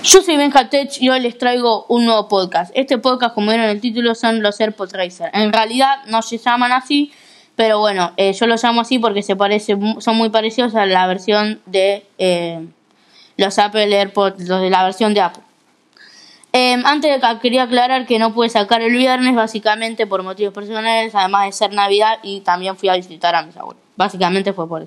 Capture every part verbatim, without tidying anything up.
Yo soy Benja Tech y hoy les traigo un nuevo podcast. Este podcast, como vieron en el título, son los AirPods Racer. En realidad no se llaman así, pero bueno, eh, yo los llamo así porque se parece, son muy parecidos a la versión de eh, los Apple AirPods, los de la versión de Apple. Eh, antes de, quería aclarar que no pude sacar el viernes, básicamente por motivos personales, además de ser Navidad, y también fui a visitar a mis abuelos. Básicamente fue por eso.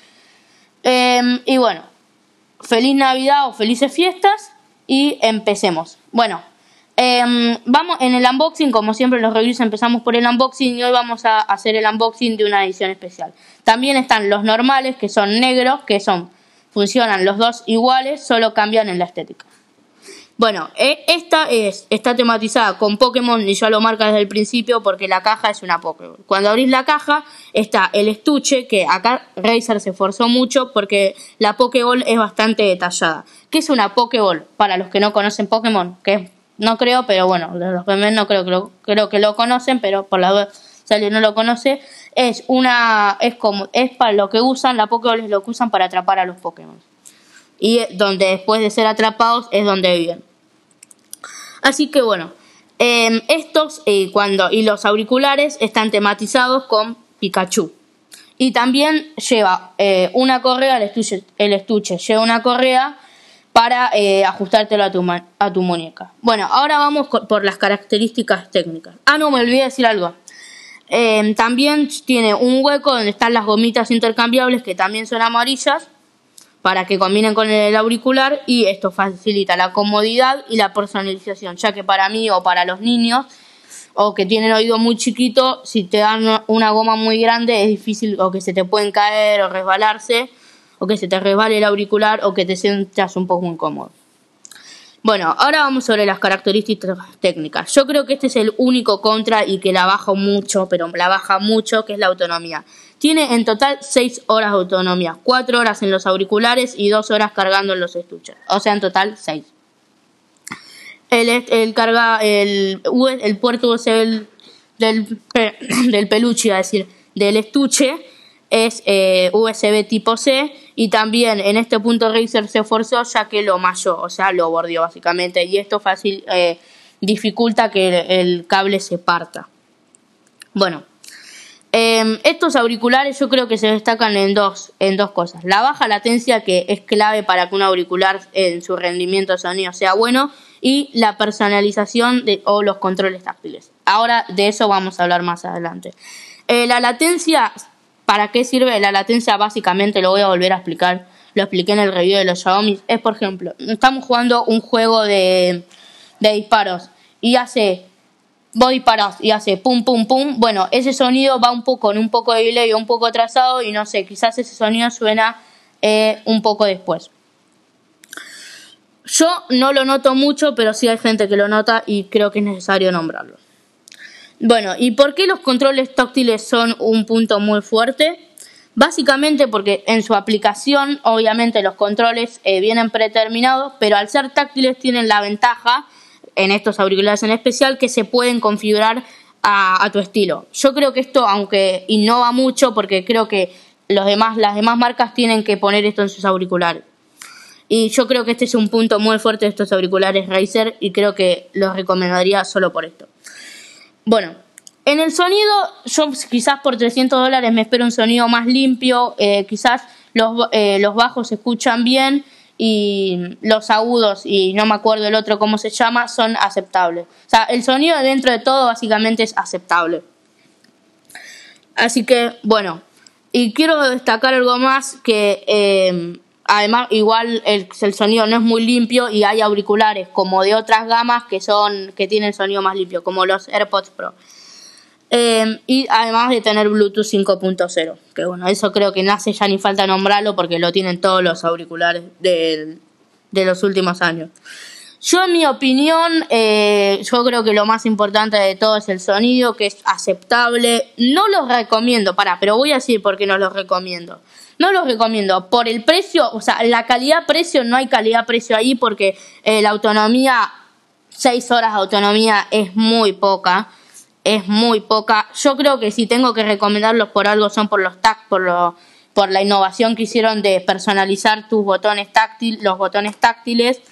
Eh, y bueno, feliz Navidad o felices fiestas. Y empecemos. Bueno, eh, vamos en el unboxing, como siempre los reviews empezamos por el unboxing y hoy vamos a hacer el unboxing de una edición especial. También están los normales, que son negros, que son funcionan los dos iguales, solo cambian en la estética. Bueno, esta es está tematizada con Pokémon y ya lo marca desde el principio porque la caja es una Pokéball. Cuando abrís la caja está el estuche, que acá Razer se esforzó mucho porque la Pokéball es bastante detallada. ¿Qué es una Pokéball? Para los que no conocen Pokémon, que no creo, pero bueno, los que ven no creo que lo, creo que lo conocen, pero por la duda si alguien no lo conoce, es una es como es para lo que usan, la Pokéball es lo que usan para atrapar a los Pokémon. Y donde después de ser atrapados es donde viven. Así que bueno, eh, estos eh, cuando y los auriculares están tematizados con Pikachu. Y también lleva eh, una correa, el estuche, el estuche lleva una correa para eh, ajustártelo a tu, a tu muñeca. Bueno, ahora vamos por las características técnicas. Ah, no, me olvidé decir algo. Eh, también tiene un hueco donde están las gomitas intercambiables que también son amarillas, para que combinen con el auricular, y esto facilita la comodidad y la personalización, ya que para mí o para los niños o que tienen oído muy chiquito, si te dan una goma muy grande es difícil o que se te pueden caer o resbalarse o que se te resbale el auricular o que te sientas un poco incómodo. Bueno, ahora vamos sobre las características técnicas. Yo creo que este es el único contra y que la baja mucho, pero la baja mucho, que es la autonomía. Tiene en total seis horas de autonomía, cuatro horas en los auriculares y dos horas cargando en los estuches. O sea, en total seis. El, el, carga, el, el puerto U S B del, del peluche, es decir, del estuche, es eh, U S B tipo C, y también en este punto Razer se esforzó ya que lo malló, o sea, lo bordeó básicamente, y esto fácil eh, dificulta que el, el cable se parta. Bueno, eh, estos auriculares yo creo que se destacan en dos, en dos cosas. La baja latencia, que es clave para que un auricular en su rendimiento de sonido sea bueno, y la personalización de, o los controles táctiles. Ahora de eso vamos a hablar más adelante. Eh, la latencia, ¿para qué sirve? La latencia básicamente, lo voy a volver a explicar, lo expliqué en el review de los Xiaomi, es por ejemplo, estamos jugando un juego de, de disparos y hace... vos disparás y hace pum pum pum, bueno, ese sonido va un poco con un poco de delay o un poco atrasado y no sé, quizás ese sonido suena eh, un poco después. Yo no lo noto mucho, pero sí hay gente que lo nota y creo que es necesario nombrarlo. Bueno, ¿y por qué los controles táctiles son un punto muy fuerte? Básicamente porque en su aplicación, obviamente los controles eh, vienen predeterminados, pero al ser táctiles tienen la ventaja, en estos auriculares en especial, que se pueden configurar a, a tu estilo. Yo creo que esto, aunque innova mucho, porque creo que los demás, las demás marcas tienen que poner esto en sus auriculares. Y yo creo que este es un punto muy fuerte de estos auriculares Razer y creo que los recomendaría solo por esto. Bueno, en el sonido, yo quizás por trescientos dólares me espero un sonido más limpio, eh, quizás los, eh, los bajos se escuchan bien y los agudos, y no me acuerdo el otro cómo se llama, son aceptables. O sea, el sonido dentro de todo básicamente es aceptable. Así que, bueno, y quiero destacar algo más que... Eh, Además, igual el, el sonido no es muy limpio y hay auriculares como de otras gamas que son que tienen sonido más limpio, como los AirPods Pro. Eh, y además de tener Bluetooth cinco punto cero, que bueno, eso creo que no hace ya ni falta nombrarlo porque lo tienen todos los auriculares de, de los últimos años. Yo, en mi opinión, eh, yo creo que lo más importante de todo es el sonido, que es aceptable. No los recomiendo, pará, pero voy a decir por qué no los recomiendo. No los recomiendo por el precio, o sea, la calidad-precio, no hay calidad-precio ahí porque eh, la autonomía, seis horas de autonomía es muy poca, es muy poca. Yo creo que si tengo que recomendarlos por algo son por los tac, por lo, por la innovación que hicieron de personalizar tus botones táctiles, los botones táctiles.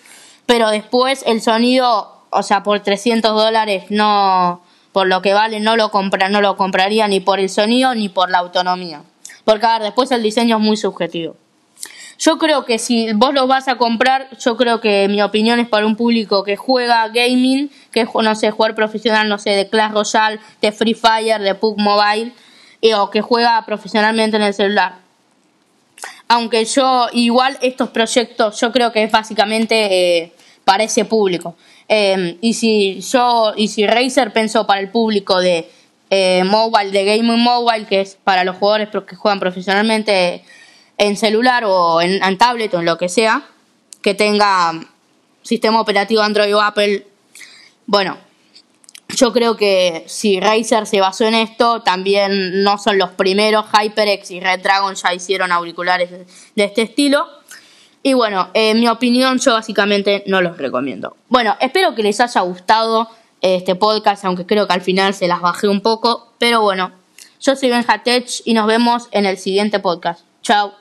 pero después el sonido, o sea, por trescientos dólares no, por lo que vale, no lo compra, no lo compraría ni por el sonido ni por la autonomía. Porque, a ver, después el diseño es muy subjetivo. Yo creo que si vos lo vas a comprar, yo creo que mi opinión es para un público que juega gaming, que no sé, jugar profesional, no sé, de Clash Royale, de Free Fire, de P U B Mobile, eh, o que juega profesionalmente en el celular. Aunque yo, igual estos proyectos, yo creo que es básicamente eh, para ese público. Eh, y si yo, y si Razer pensó para el público de eh, mobile, de gaming mobile, que es para los jugadores que juegan profesionalmente en celular o en, en tablet o en lo que sea, que tenga sistema operativo Android o Apple. Bueno, yo creo que si Razer se basó en esto, también no son los primeros. HyperX y Red Dragon ya hicieron auriculares de este estilo. Y bueno, en mi opinión, yo básicamente no los recomiendo. Bueno, espero que les haya gustado este podcast, aunque creo que al final se las bajé un poco. Pero bueno, yo soy Benja Tech y nos vemos en el siguiente podcast. Chao.